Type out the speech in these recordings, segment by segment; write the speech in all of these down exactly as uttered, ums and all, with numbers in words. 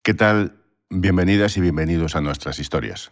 ¿Qué tal? Bienvenidas y bienvenidos a nuestras historias.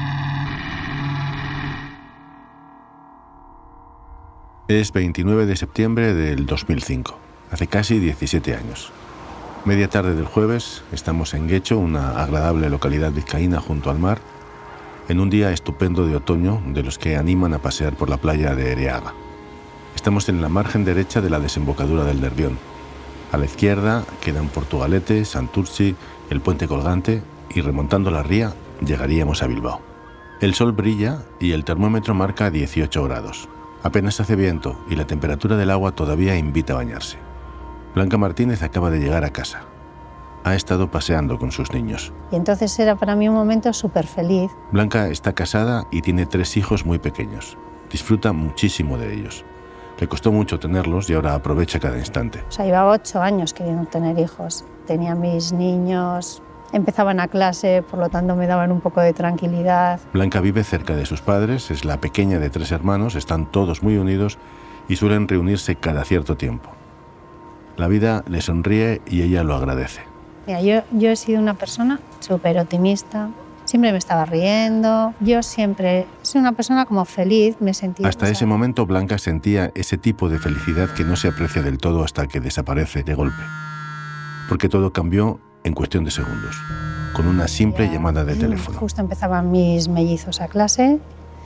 Es veintinueve de septiembre del dos mil cinco, hace casi diecisiete años. Media tarde del jueves, estamos en Guecho, una agradable localidad vizcaína junto al mar, en un día estupendo de otoño de los que animan a pasear por la playa de Ereaga. Estamos en la margen derecha de la desembocadura del Nervión. A la izquierda quedan Portugalete, Santurtzi, el Puente Colgante y remontando la ría llegaríamos a Bilbao. El sol brilla y el termómetro marca dieciocho grados. Apenas hace viento y la temperatura del agua todavía invita a bañarse. Blanca Martínez acaba de llegar a casa. Ha estado paseando con sus niños. Y entonces era para mí un momento súper feliz. Blanca está casada y tiene tres hijos muy pequeños. Disfruta muchísimo de ellos. Le costó mucho tenerlos y ahora aprovecha cada instante. O sea, llevaba ocho años queriendo tener hijos. Tenía mis niños, empezaban a clase, por lo tanto me daban un poco de tranquilidad. Blanca vive cerca de sus padres, es la pequeña de tres hermanos, están todos muy unidos y suelen reunirse cada cierto tiempo. La vida le sonríe y ella lo agradece. Mira, yo, yo he sido una persona súper optimista. Siempre me estaba riendo, yo siempre soy una persona como feliz, me sentía... Hasta ese momento Blanca sentía ese tipo de felicidad que no se aprecia del todo hasta que desaparece de golpe. Porque todo cambió en cuestión de segundos, con una simple llamada de teléfono. Justo empezaban mis mellizos a clase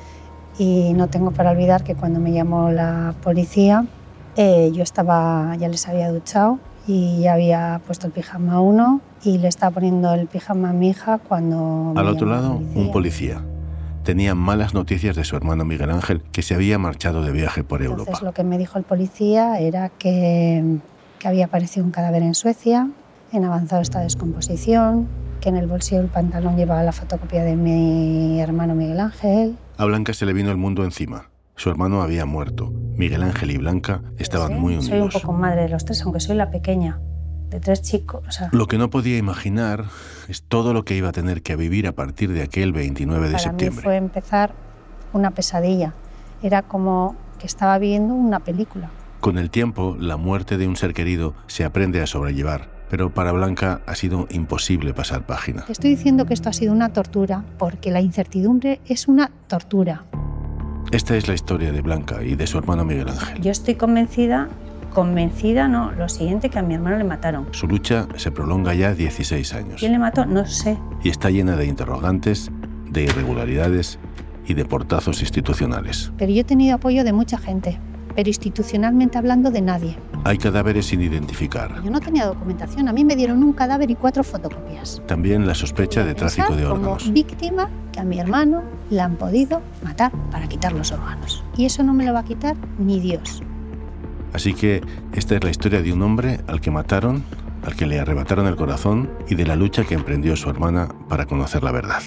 y no tengo para olvidar que cuando me llamó la policía, eh, yo estaba, ya les había duchado y ya había puesto el pijama a uno y le estaba poniendo el pijama a mi hija cuando... Al otro lado, un policía. Tenía malas noticias de su hermano Miguel Ángel, que se había marchado de viaje por Europa. Entonces lo que me dijo el policía era que, que había aparecido un cadáver en Suecia, en avanzado estado de descomposición, que en el bolsillo del pantalón llevaba la fotocopia de mi hermano Miguel Ángel. A Blanca se le vino el mundo encima. Su hermano había muerto. Miguel Ángel y Blanca estaban muy unidos. Soy un poco madre de los tres, aunque soy la pequeña de tres chicos. O sea, lo que no podía imaginar es todo lo que iba a tener que vivir a partir de aquel veintinueve de septiembre. Para mí fue empezar una pesadilla. Era como que estaba viendo una película. Con el tiempo, la muerte de un ser querido se aprende a sobrellevar, pero para Blanca ha sido imposible pasar página. Te estoy diciendo que esto ha sido una tortura porque la incertidumbre es una tortura. Esta es la historia de Blanca y de su hermano Miguel Ángel. Yo estoy convencida, convencida no, lo siguiente, que a mi hermano le mataron. Su lucha se prolonga ya dieciséis años. ¿Quién le mató? No sé. Y está llena de interrogantes, de irregularidades y de portazos institucionales. Pero yo he tenido apoyo de mucha gente, pero institucionalmente hablando de nadie. Hay cadáveres sin identificar. Yo no tenía documentación, a mí me dieron un cadáver y cuatro fotocopias. También la sospecha de tráfico de órganos. Como víctima que a mi hermano la han podido matar para quitar los órganos. Y eso no me lo va a quitar ni Dios. Así que esta es la historia de un hombre al que mataron, al que le arrebataron el corazón y de la lucha que emprendió su hermana para conocer la verdad.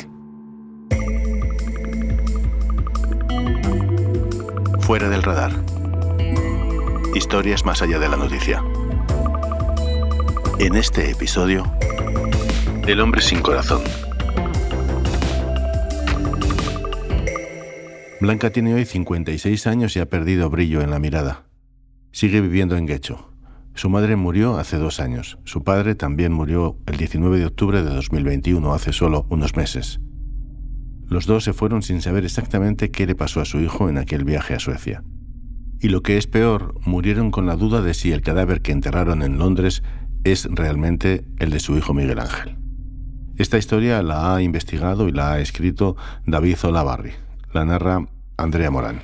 Fuera del radar. Historias más allá de la noticia. En este episodio, El hombre sin corazón. Blanca tiene hoy cincuenta y seis años y ha perdido brillo en la mirada. Sigue viviendo en Guecho. Su madre murió hace dos años. Su padre también murió el diecinueve de octubre de dos mil veintiuno, hace solo unos meses. Los dos se fueron sin saber exactamente qué le pasó a su hijo en aquel viaje a Suecia. Y lo que es peor, murieron con la duda de si el cadáver que enterraron en Londres es realmente el de su hijo Miguel Ángel. Esta historia la ha investigado y la ha escrito David Olavarri. La narra Andrea Morán.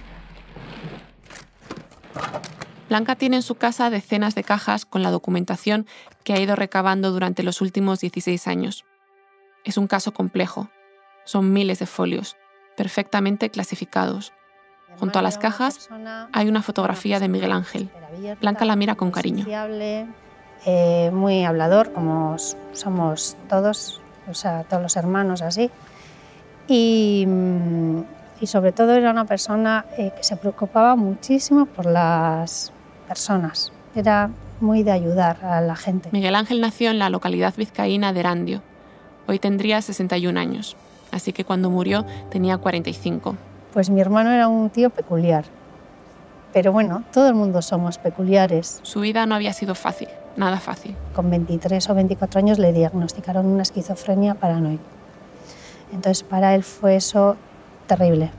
Blanca tiene en su casa decenas de cajas con la documentación que ha ido recabando durante los últimos dieciséis años. Es un caso complejo. Son miles de folios, perfectamente clasificados. Junto a las cajas hay una fotografía de Miguel Ángel. Blanca la mira con cariño. Eh, muy hablador, como somos todos, o sea, todos los hermanos así. Y, y sobre todo era una persona eh, que se preocupaba muchísimo por las personas. Era muy de ayudar a la gente. Miguel Ángel nació en la localidad vizcaína de Erandio. Hoy tendría sesenta y un años, así que cuando murió tenía cuarenta y cinco. Pues mi hermano era un tío peculiar. Pero bueno, todo el mundo somos peculiares. Su vida no había sido fácil. Nada fácil. Con veintitrés o veinticuatro años le diagnosticaron una esquizofrenia paranoica. Entonces para él fue eso terrible.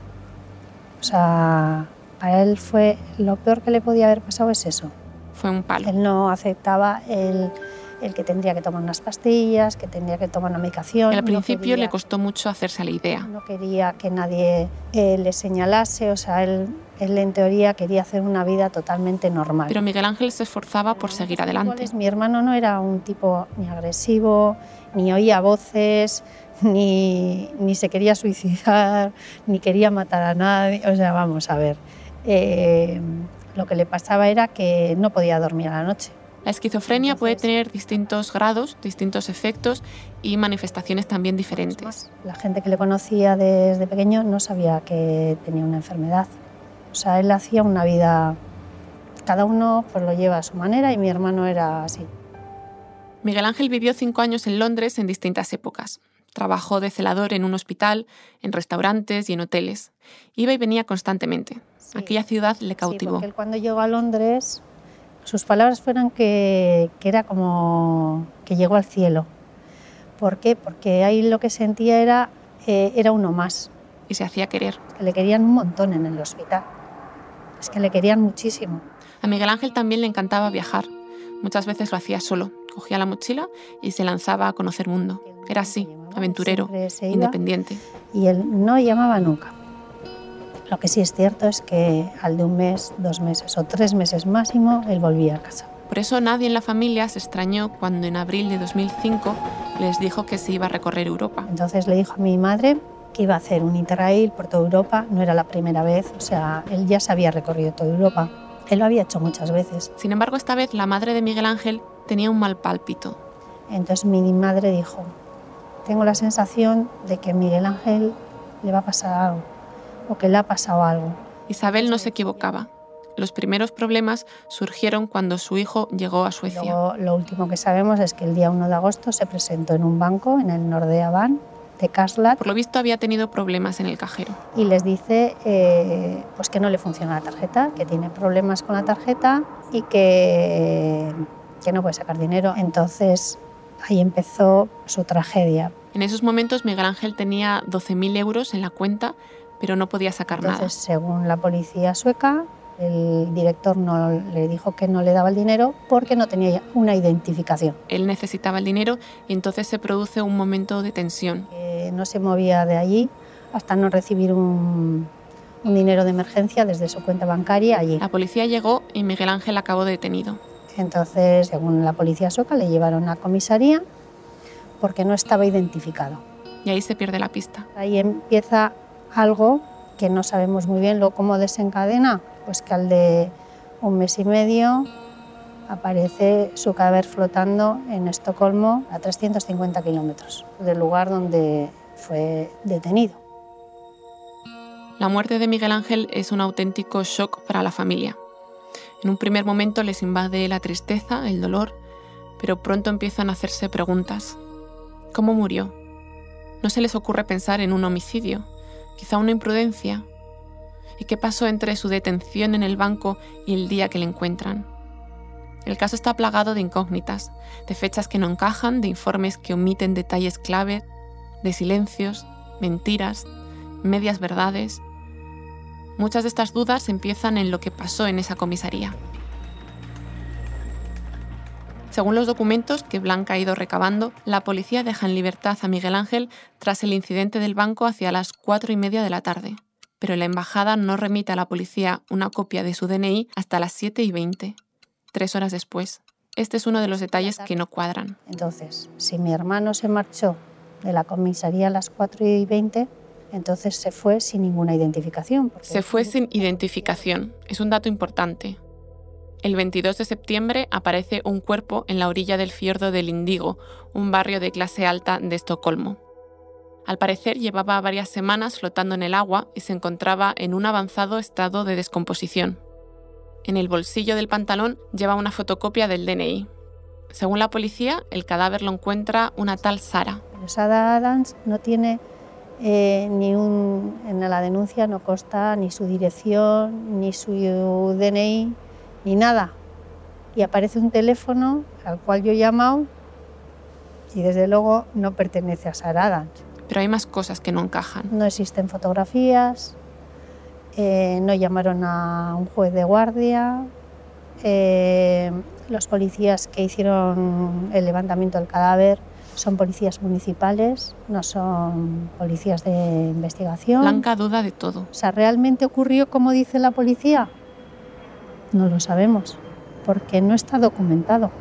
O sea, para él fue lo peor que le podía haber pasado es eso. Fue un palo. Él no aceptaba el, el que tendría que tomar unas pastillas, que tendría que tomar una medicación. Y al principio no quería, le costó mucho hacerse la idea. No quería que nadie eh, le señalase, o sea, él, él en teoría quería hacer una vida totalmente normal. Pero Miguel Ángel se esforzaba por seguir adelante. Mi hermano no era un tipo ni agresivo, ni oía voces, ni, ni se quería suicidar, ni quería matar a nadie. O sea, vamos a ver. Eh, lo que le pasaba era que no podía dormir a la noche. La esquizofrenia puede tener distintos grados, distintos efectos y manifestaciones también diferentes. La gente que le conocía desde pequeño no sabía que tenía una enfermedad. O sea, él hacía una vida, cada uno pues lo lleva a su manera y mi hermano era así. Miguel Ángel vivió cinco años en Londres en distintas épocas. Trabajó de celador en un hospital, en restaurantes y en hoteles. Iba y venía constantemente. Sí. Aquella ciudad le cautivó. Sí, porque él cuando llegó a Londres, sus palabras fueron que, que era como que llegó al cielo. ¿Por qué? Porque ahí lo que sentía era, eh, era uno más. Y se hacía querer. Que le querían un montón en el hospital. Es que le querían muchísimo. A Miguel Ángel también le encantaba viajar. Muchas veces lo hacía solo. Cogía la mochila y se lanzaba a conocer mundo. Era así, aventurero, independiente. Y él no llamaba nunca. Lo que sí es cierto es que al de un mes, dos meses o tres meses máximo, él volvía a casa. Por eso nadie en la familia se extrañó cuando en abril de dos mil cinco les dijo que se iba a recorrer Europa. Entonces le dijo a mi madre que iba a hacer un Interrail por toda Europa. No era la primera vez, o sea, él ya se había recorrido toda Europa. Él lo había hecho muchas veces. Sin embargo, esta vez la madre de Miguel Ángel tenía un mal pálpito. Entonces mi madre dijo, tengo la sensación de que a Miguel Ángel le va a pasar algo, o que le ha pasado algo. Isabel no se equivocaba. Los primeros problemas surgieron cuando su hijo llegó a Suecia. Luego, lo último que sabemos es que el día uno de agosto se presentó en un banco en el Nordea Bank de Karlstad. Por lo visto había tenido problemas en el cajero. Y les dice eh, pues que no le funciona la tarjeta, que tiene problemas con la tarjeta y que, que no puede sacar dinero. Entonces ahí empezó su tragedia. En esos momentos Miguel Ángel tenía doce mil euros en la cuenta, pero no podía sacar Entonces, nada. Según la policía sueca, el director no le dijo que no le daba el dinero porque no tenía una identificación. Él necesitaba el dinero y entonces se produce un momento de tensión. Eh, no se movía de allí hasta no recibir un, un dinero de emergencia desde su cuenta bancaria allí. La policía llegó y Miguel Ángel acabó detenido. Entonces, según la policía sueca, le llevaron a comisaría porque no estaba identificado. Y ahí se pierde la pista. Ahí empieza algo que no sabemos muy bien lo, cómo desencadena, pues que al de un mes y medio aparece su cadáver flotando en Estocolmo a trescientos cincuenta kilómetros del lugar donde fue detenido. La muerte de Miguel Ángel es un auténtico shock para la familia. En un primer momento les invade la tristeza, el dolor, pero pronto empiezan a hacerse preguntas. ¿Cómo murió? No se les ocurre pensar en un homicidio, quizá una imprudencia. ¿Y qué pasó entre su detención en el banco y el día que le encuentran? El caso está plagado de incógnitas, de fechas que no encajan, de informes que omiten detalles clave, de silencios, mentiras, medias verdades. Muchas de estas dudas empiezan en lo que pasó en esa comisaría. Según los documentos que Blanca ha ido recabando, la policía deja en libertad a Miguel Ángel tras el incidente del banco hacia las cuatro y media de la tarde. Pero la embajada no remite a la policía una copia de su D N I hasta las siete y veinte, tres horas después. Este es uno de los detalles que no cuadran. Entonces, si mi hermano se marchó de la comisaría a las cuatro y veinte, entonces se fue sin ninguna identificación. Se fue sin identificación. Es un dato importante. El veintidós de septiembre aparece un cuerpo en la orilla del fiordo del Indigo, un barrio de clase alta de Estocolmo. Al parecer llevaba varias semanas flotando en el agua y se encontraba en un avanzado estado de descomposición. En el bolsillo del pantalón lleva una fotocopia del D N I. Según la policía, el cadáver lo encuentra una tal Sara. Pero Sara Adams no tiene eh, ni un... En la denuncia no consta ni su dirección, ni su D N I, ni nada. y aparece un teléfono al cual yo he llamado y desde luego no pertenece a Sarah Adams. Pero hay más cosas que no encajan. No existen fotografías, eh, no llamaron a un juez de guardia, eh, los policías que hicieron el levantamiento del cadáver son policías municipales, no son policías de investigación. Blanca duda de todo. O sea, ¿realmente ocurrió como dice la policía? No lo sabemos, porque no está documentado.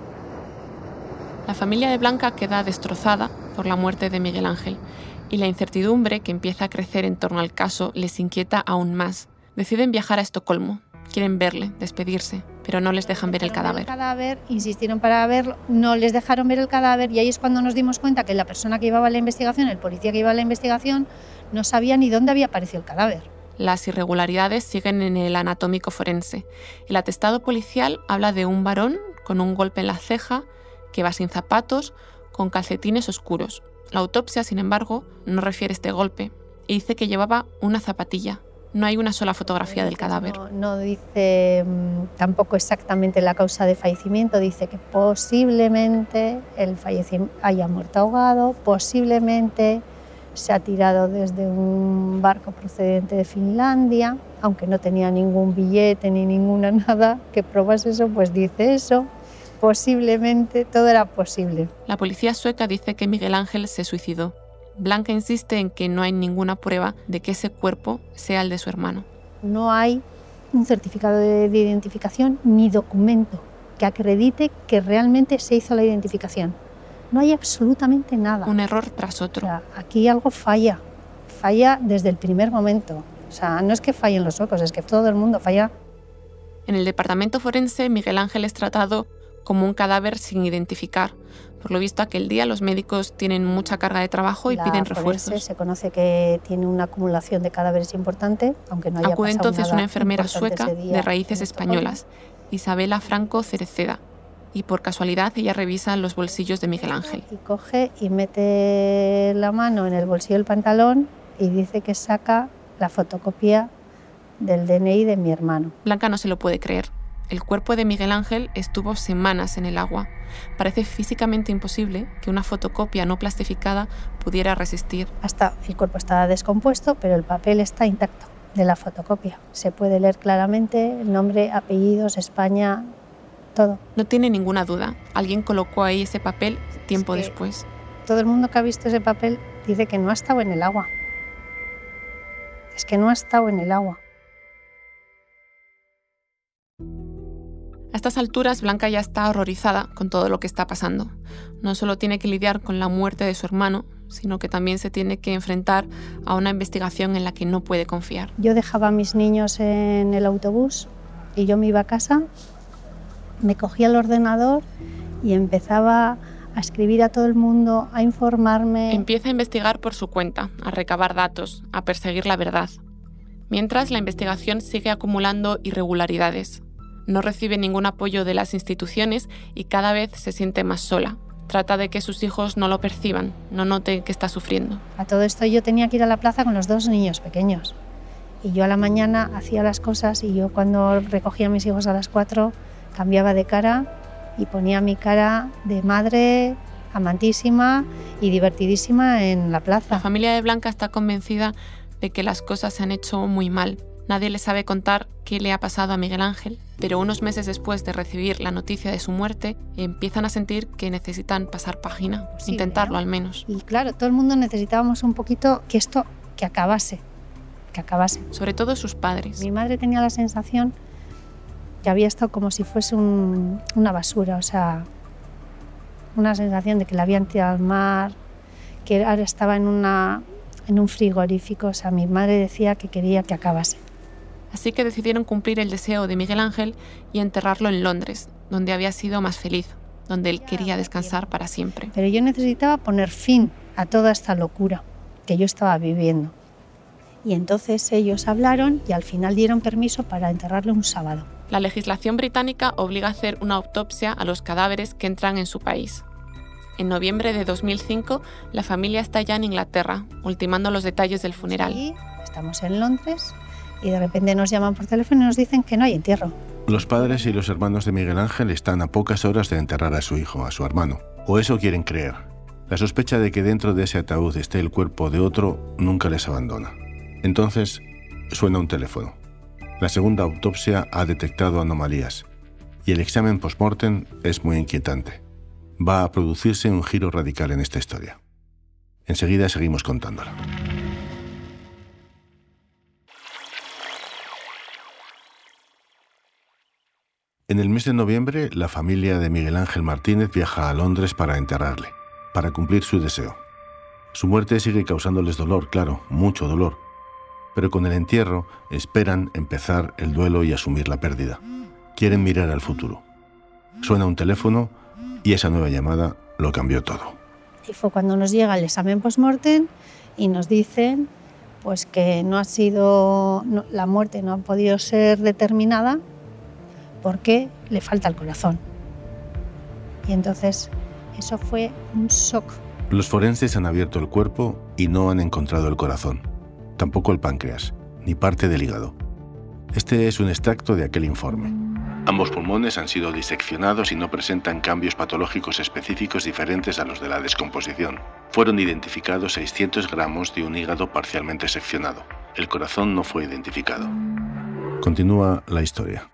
La familia de Blanca queda destrozada por la muerte de Miguel Ángel y la incertidumbre que empieza a crecer en torno al caso les inquieta aún más. Deciden viajar a Estocolmo, quieren verle, despedirse, pero no les dejan ver el cadáver. El cadáver, insistieron para verlo, no les dejaron ver el cadáver y ahí es cuando nos dimos cuenta que la persona que llevaba la investigación, el policía que llevaba la investigación, no sabía ni dónde había aparecido el cadáver. Las irregularidades siguen en el anatómico forense. El atestado policial habla de un varón con un golpe en la ceja, que va sin zapatos, con calcetines oscuros. La autopsia, sin embargo, no refiere este golpe y dice que llevaba una zapatilla. No hay una sola fotografía del cadáver. No, no dice mmm, tampoco exactamente la causa de fallecimiento, dice que posiblemente el fallecimiento haya muerto ahogado, posiblemente se ha tirado desde un barco procedente de Finlandia, aunque no tenía ningún billete ni ninguna nada que probase eso, pues dice eso. Posiblemente, todo era posible. La policía sueca dice que Miguel Ángel se suicidó. Blanca insiste en que no hay ninguna prueba de que ese cuerpo sea el de su hermano. No hay un certificado de, de identificación ni documento que acredite que realmente se hizo la identificación. No hay absolutamente nada. Un error tras otro. O sea, aquí algo falla, falla desde el primer momento. O sea, no es que fallen los suecos, es que todo el mundo falla. En el departamento forense, Miguel Ángel es tratado como un cadáver sin identificar. Por lo visto, aquel día los médicos tienen mucha carga de trabajo y la piden refuerzos. Se conoce que tiene una acumulación de cadáveres importante, aunque no haya Acude pasado entonces nada una enfermera importante sueca ese día de raíces en españolas, Isabela Franco Cereceda, y por casualidad ella revisa los bolsillos de Miguel Ángel. Y coge y mete la mano en el bolsillo del pantalón y dice que saca la fotocopia del D N I de mi hermano. Blanca no se lo puede creer. El cuerpo de Miguel Ángel estuvo semanas en el agua. Parece físicamente imposible que una fotocopia no plastificada pudiera resistir. Hasta el cuerpo está descompuesto, pero el papel está intacto de la fotocopia. Se puede leer claramente el nombre, apellidos, España, todo. No tiene ninguna duda. Alguien colocó ahí ese papel tiempo es que después. Todo el mundo que ha visto ese papel dice que no ha estado en el agua. Es que no ha estado en el agua. A estas alturas, Blanca ya está horrorizada con todo lo que está pasando. No solo tiene que lidiar con la muerte de su hermano, sino que también se tiene que enfrentar a una investigación en la que no puede confiar. Yo dejaba a mis niños en el autobús y yo me iba a casa, me cogía el ordenador y empezaba a escribir a todo el mundo, a informarme. Empieza a investigar por su cuenta, a recabar datos, a perseguir la verdad. Mientras, la investigación sigue acumulando irregularidades. No recibe ningún apoyo de las instituciones y cada vez se siente más sola. Trata de que sus hijos no lo perciban, no noten que está sufriendo. A todo esto yo tenía que ir a la plaza con los dos niños pequeños. Y yo a la mañana hacía las cosas y yo cuando recogía a mis hijos a las cuatro cambiaba de cara y ponía mi cara de madre amantísima y divertidísima en la plaza. La familia de Blanca está convencida de que las cosas se han hecho muy mal. Nadie le sabe contar qué le ha pasado a Miguel Ángel, pero unos meses después de recibir la noticia de su muerte, empiezan a sentir que necesitan pasar página, Sí, intentarlo ¿no? al menos. Y claro, todo el mundo necesitábamos un poquito que esto que acabase, que acabase. Sobre todo sus padres. Mi madre tenía la sensación que había estado como si fuese un, una basura, o sea, una sensación de que la habían tirado al mar, que ahora estaba en, una, en un frigorífico, o sea, mi madre decía que quería que acabase. Así que decidieron cumplir el deseo de Miguel Ángel y enterrarlo en Londres, donde había sido más feliz, donde él quería descansar para siempre. Pero yo necesitaba poner fin a toda esta locura que yo estaba viviendo. Y entonces ellos hablaron y al final dieron permiso para enterrarlo un sábado. La legislación británica obliga a hacer una autopsia a los cadáveres que entran en su país. En noviembre de dos mil cinco, la familia está ya en Inglaterra, ultimando los detalles del funeral. Sí, estamos en Londres y de repente nos llaman por teléfono y nos dicen que no hay entierro. Los padres y los hermanos de Miguel Ángel están a pocas horas de enterrar a su hijo, a su hermano. O eso quieren creer. La sospecha de que dentro de ese ataúd esté el cuerpo de otro nunca les abandona. Entonces, suena un teléfono. La segunda autopsia ha detectado anomalías y el examen post-mortem es muy inquietante. Va a producirse un giro radical en esta historia. Enseguida seguimos contándola. En el mes de noviembre, la familia de Miguel Ángel Martínez viaja a Londres para enterrarle, para cumplir su deseo. Su muerte sigue causándoles dolor, claro, mucho dolor. Pero con el entierro esperan empezar el duelo y asumir la pérdida. Quieren mirar al futuro. Suena un teléfono y esa nueva llamada lo cambió todo. Y fue cuando nos llega el examen post-mortem y nos dicen pues, que no ha sido, no, la muerte no ha podido ser determinada porque le falta el corazón. Y entonces eso fue un shock. Los forenses han abierto el cuerpo y no han encontrado el corazón, tampoco el páncreas, ni parte del hígado. Este es un extracto de aquel informe. Ambos pulmones han sido diseccionados y no presentan cambios patológicos específicos diferentes a los de la descomposición. Fueron identificados seiscientos gramos de un hígado parcialmente seccionado. El corazón no fue identificado. Continúa la historia.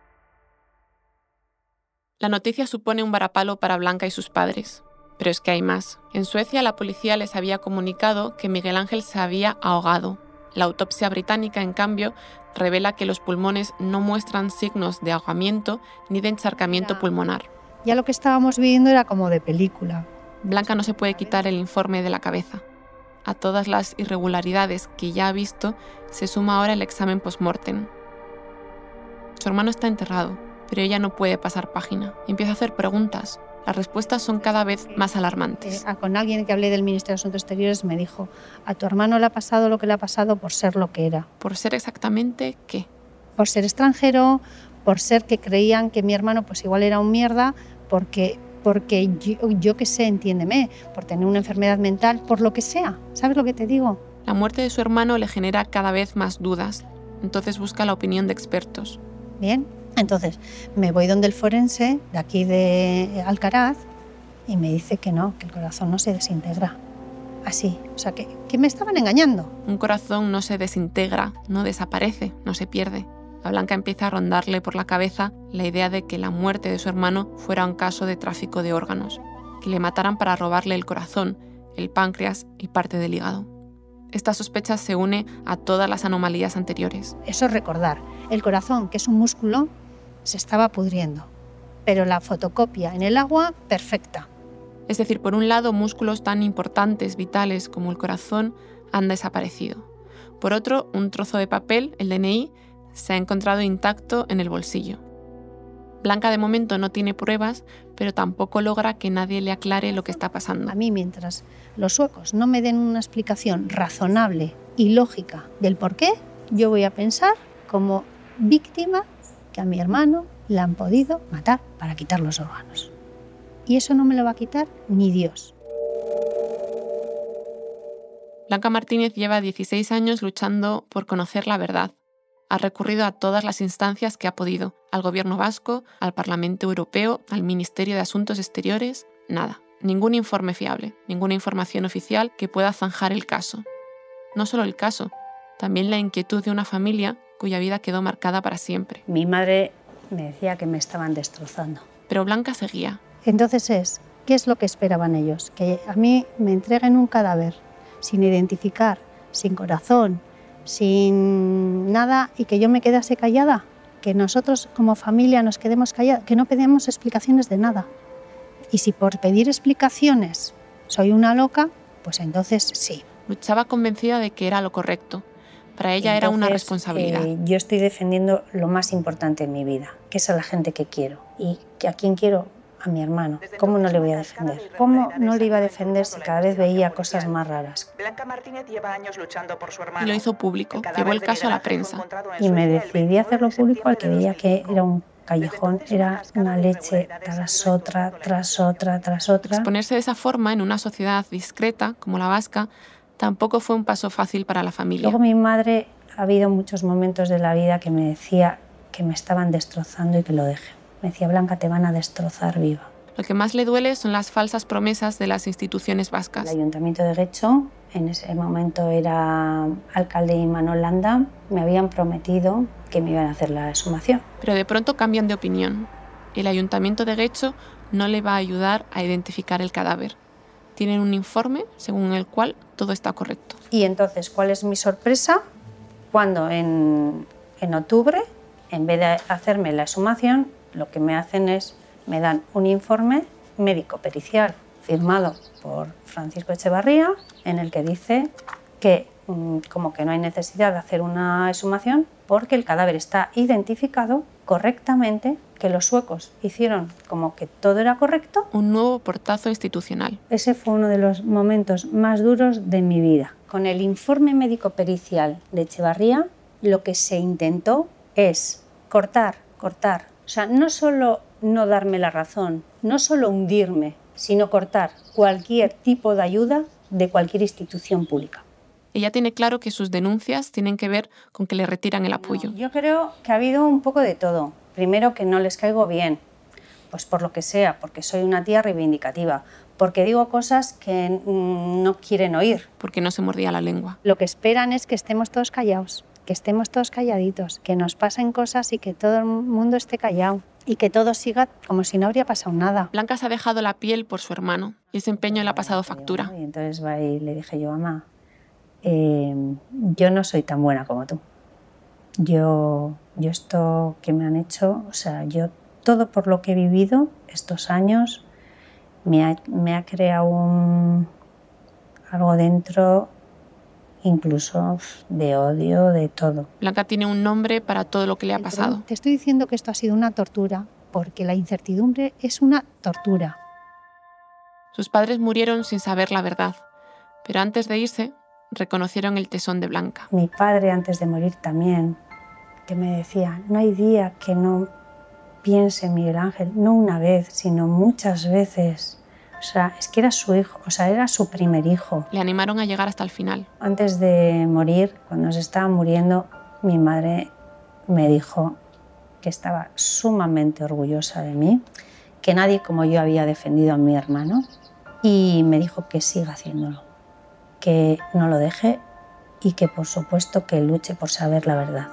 La noticia supone un varapalo para Blanca y sus padres. Pero es que hay más. En Suecia la policía les había comunicado que Miguel Ángel se había ahogado. La autopsia británica, en cambio, revela que los pulmones no muestran signos de ahogamiento ni de encharcamiento ya. pulmonar. Ya lo que estábamos viendo era como de película. Blanca no se puede quitar el informe de la cabeza. A todas las irregularidades que ya ha visto se suma ahora el examen post-mortem. Su hermano está enterrado, pero ella no puede pasar página. Empieza a hacer preguntas. Las respuestas son cada vez más alarmantes. Eh, con alguien que hablé del Ministerio de Asuntos Exteriores me dijo, a tu hermano le ha pasado lo que le ha pasado por ser lo que era. ¿Por ser exactamente qué? Por ser extranjero, por ser que creían que mi hermano pues igual era un mierda, porque, porque yo, yo qué sé, entiéndeme, por tener una enfermedad mental, por lo que sea. ¿Sabes lo que te digo? La muerte de su hermano le genera cada vez más dudas. Entonces busca la opinión de expertos. Bien. Entonces, me voy donde el forense, de aquí de Alcaraz, y me dice que no, que el corazón no se desintegra. Así, o sea, que, que me estaban engañando. Un corazón no se desintegra, no desaparece, no se pierde. A Blanca empieza a rondarle por la cabeza la idea de que la muerte de su hermano fuera un caso de tráfico de órganos, que le mataran para robarle el corazón, el páncreas y parte del hígado. Esta sospecha se une a todas las anomalías anteriores. Eso es recordar, el corazón, que es un músculo, se estaba pudriendo, pero la fotocopia en el agua, perfecta. Es decir, por un lado, músculos tan importantes, vitales como el corazón, han desaparecido. Por otro, un trozo de papel, el D N I, se ha encontrado intacto en el bolsillo. Blanca de momento no tiene pruebas, pero tampoco logra que nadie le aclare lo que está pasando. A mí, mientras los suecos no me den una explicación razonable y lógica del por qué, yo voy a pensar como víctima que a mi hermano le han podido matar para quitar los órganos. Y eso no me lo va a quitar ni Dios. Blanca Martínez lleva dieciséis años luchando por conocer la verdad. Ha recurrido a todas las instancias que ha podido, al gobierno vasco, al Parlamento Europeo, al Ministerio de Asuntos Exteriores, nada. Ningún informe fiable, ninguna información oficial que pueda zanjar el caso. No solo el caso, también la inquietud de una familia cuya vida quedó marcada para siempre. Mi madre me decía que me estaban destrozando. Pero Blanca seguía. Entonces es, ¿qué es lo que esperaban ellos? Que a mí me entreguen un cadáver sin identificar, sin corazón, sin nada y que yo me quedase callada, que nosotros como familia nos quedemos callados, que no pedimos explicaciones de nada. Y si por pedir explicaciones soy una loca, pues entonces sí. Luchaba convencida de que era lo correcto. Para ella entonces, era una responsabilidad. Eh, yo estoy defendiendo lo más importante en mi vida, que es a la gente que quiero. ¿Y que a quién quiero? A mi hermano. ¿Cómo no le voy a defender? ¿Cómo no le iba a defender si cada vez veía cosas más raras? Blanca Martínez lleva años luchando por su hermano. Y lo hizo público, llevó el caso a la prensa. Y me decidí a hacerlo público al que veía que era un callejón, era una leche tras otra, tras otra, tras otra. Exponerse de esa forma en una sociedad discreta como la vasca tampoco fue un paso fácil para la familia. Luego mi madre ha habido muchos momentos de la vida que me decía que me estaban destrozando y que lo deje. Me decía, Blanca, te van a destrozar viva. Lo que más le duele son las falsas promesas de las instituciones vascas. El Ayuntamiento de Getxo, en ese momento era alcalde Imanol Landa, me habían prometido que me iban a hacer la exhumación. Pero de pronto cambian de opinión. El Ayuntamiento de Getxo no le va a ayudar a identificar el cadáver. Tienen un informe según el cual todo está correcto. Y entonces, ¿cuál es mi sorpresa? Cuando en, en octubre, en vez de hacerme la exhumación, lo que me hacen es, me dan un informe médico-pericial firmado por Francisco Echevarría, en el que dice que mmm, como que no hay necesidad de hacer una exhumación porque el cadáver está identificado correctamente, que los suecos hicieron como que todo era correcto. Un nuevo portazo institucional. Ese fue uno de los momentos más duros de mi vida. Con el informe médico-pericial de Echevarría, lo que se intentó es cortar, cortar. O sea, no solo no darme la razón, no solo hundirme, sino cortar cualquier tipo de ayuda de cualquier institución pública. Ella tiene claro que sus denuncias tienen que ver con que le retiran el apoyo. No, yo creo que ha habido un poco de todo. Primero, que no les caigo bien, pues por lo que sea, porque soy una tía reivindicativa, porque digo cosas que mmm, no quieren oír. Porque no se mordía la lengua. Lo que esperan es que estemos todos callados, que estemos todos calladitos, que nos pasen cosas y que todo el mundo esté callado y que todo siga como si no habría pasado nada. Blanca se ha dejado la piel por su hermano y ese empeño le ha pasado factura. Y entonces va y le dije yo, mamá, eh, yo no soy tan buena como tú. Yo, yo esto que me han hecho, o sea, yo todo por lo que he vivido estos años me ha, me ha creado un, algo dentro, incluso de odio, de todo. Blanca tiene un nombre para todo lo que le ha pasado. Te estoy diciendo que esto ha sido una tortura, porque la incertidumbre es una tortura. Sus padres murieron sin saber la verdad, pero antes de irse, reconocieron el tesón de Blanca. Mi padre, antes de morir también, que me decía, no hay día que no piense en Miguel Ángel, no una vez, sino muchas veces. O sea, es que era su hijo, o sea, era su primer hijo. Le animaron a llegar hasta el final. Antes de morir, cuando se estaba muriendo, mi madre me dijo que estaba sumamente orgullosa de mí, que nadie como yo había defendido a mi hermano, y me dijo que siga haciéndolo, que no lo deje y que por supuesto que luche por saber la verdad.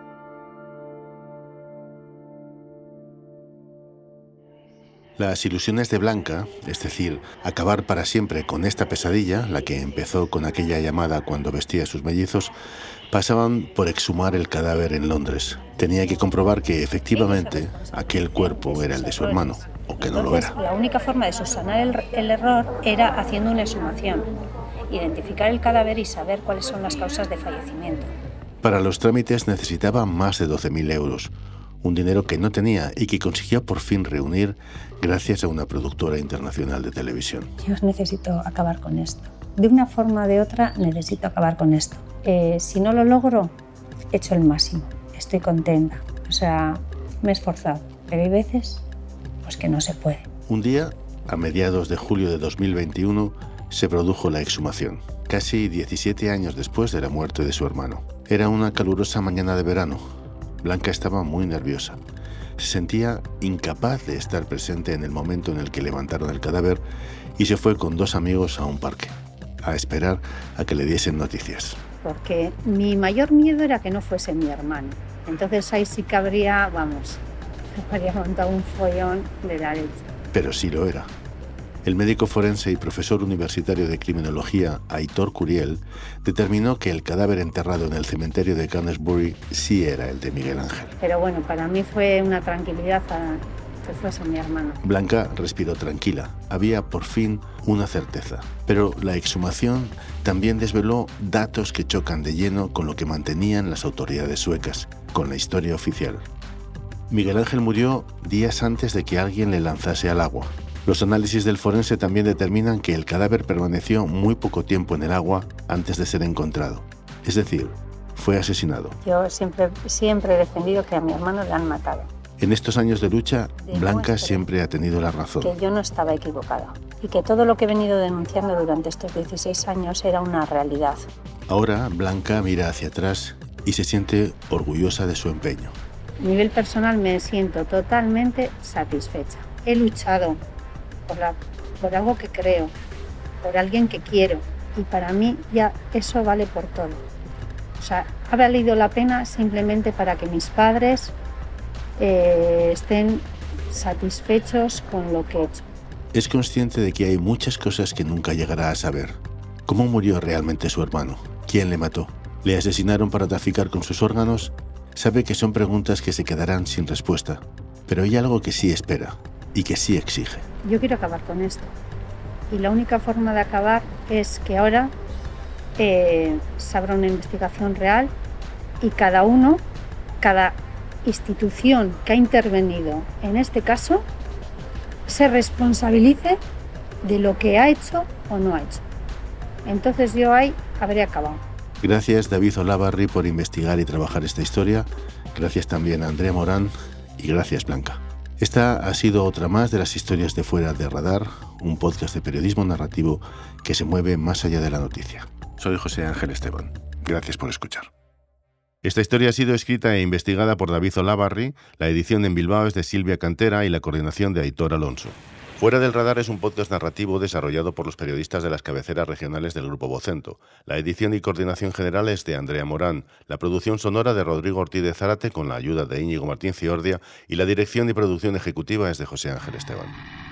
Las ilusiones de Blanca, es decir, acabar para siempre con esta pesadilla, la que empezó con aquella llamada cuando vestía a sus mellizos, pasaban por exhumar el cadáver en Londres. Tenía que comprobar que efectivamente aquel cuerpo era el de su hermano, o que no lo era. La única forma de subsanar el, el error era haciendo una exhumación, identificar el cadáver y saber cuáles son las causas de fallecimiento. Para los trámites necesitaba más de doce mil euros, un dinero que no tenía y que consiguió por fin reunir gracias a una productora internacional de televisión. Yo necesito acabar con esto. De una forma o de otra necesito acabar con esto. Eh, si no lo logro, he hecho el máximo. Estoy contenta. O sea, me he esforzado. Pero hay veces pues, que no se puede. Un día, a mediados de julio de dos mil veintiuno, se produjo la exhumación, casi diecisiete años después de la muerte de su hermano. Era una calurosa mañana de verano. Blanca estaba muy nerviosa. Se sentía incapaz de estar presente en el momento en el que levantaron el cadáver y se fue con dos amigos a un parque, a esperar a que le diesen noticias. Porque mi mayor miedo era que no fuese mi hermano. Entonces ahí sí que habría, vamos, habría montado un follón de la leche. Pero sí lo era. El médico forense y profesor universitario de criminología, Aitor Curiel, determinó que el cadáver enterrado en el cementerio de Canterbury sí era el de Miguel Ángel. Pero bueno, para mí fue una tranquilidad a que fuese mi hermano. Blanca respiró tranquila. Había por fin una certeza. Pero la exhumación también desveló datos que chocan de lleno con lo que mantenían las autoridades suecas, con la historia oficial. Miguel Ángel murió días antes de que alguien le lanzase al agua. Los análisis del forense también determinan que el cadáver permaneció muy poco tiempo en el agua antes de ser encontrado. Es decir, fue asesinado. Yo siempre, siempre he defendido que a mi hermano le han matado. En estos años de lucha, Blanca siempre ha tenido la razón. Que yo no estaba equivocada y que todo lo que he venido denunciando durante estos dieciséis años era una realidad. Ahora, Blanca mira hacia atrás y se siente orgullosa de su empeño. A nivel personal me siento totalmente satisfecha. He luchado por, la, por algo que creo, por alguien que quiero, y para mí ya eso vale por todo. O sea, ha valido la pena simplemente para que mis padres eh, estén satisfechos con lo que he hecho. Es consciente de que hay muchas cosas que nunca llegará a saber. ¿Cómo murió realmente su hermano? ¿Quién le mató? ¿Le asesinaron para traficar con sus órganos? Sabe que son preguntas que se quedarán sin respuesta, pero hay algo que sí espera y que sí exige. Yo quiero acabar con esto. Y la única forma de acabar es que ahora eh, se abra una investigación real y cada uno, cada institución que ha intervenido en este caso, se responsabilice de lo que ha hecho o no ha hecho. Entonces yo ahí habré acabado. Gracias David Olavarri por investigar y trabajar esta historia. Gracias también a Andrea Morán y gracias Blanca. Esta ha sido otra más de las historias de Fuera de Radar, un podcast de periodismo narrativo que se mueve más allá de la noticia. Soy José Ángel Esteban. Gracias por escuchar. Esta historia ha sido escrita e investigada por David Olavarri, la edición en Bilbao es de Silvia Cantera y la coordinación de Aitor Alonso. Fuera del Radar es un podcast narrativo desarrollado por los periodistas de las cabeceras regionales del Grupo Vocento. La edición y coordinación general es de Andrea Morán, la producción sonora de Rodrigo Ortiz de Zárate con la ayuda de Íñigo Martín Ciordia y la dirección y producción ejecutiva es de José Ángel Esteban.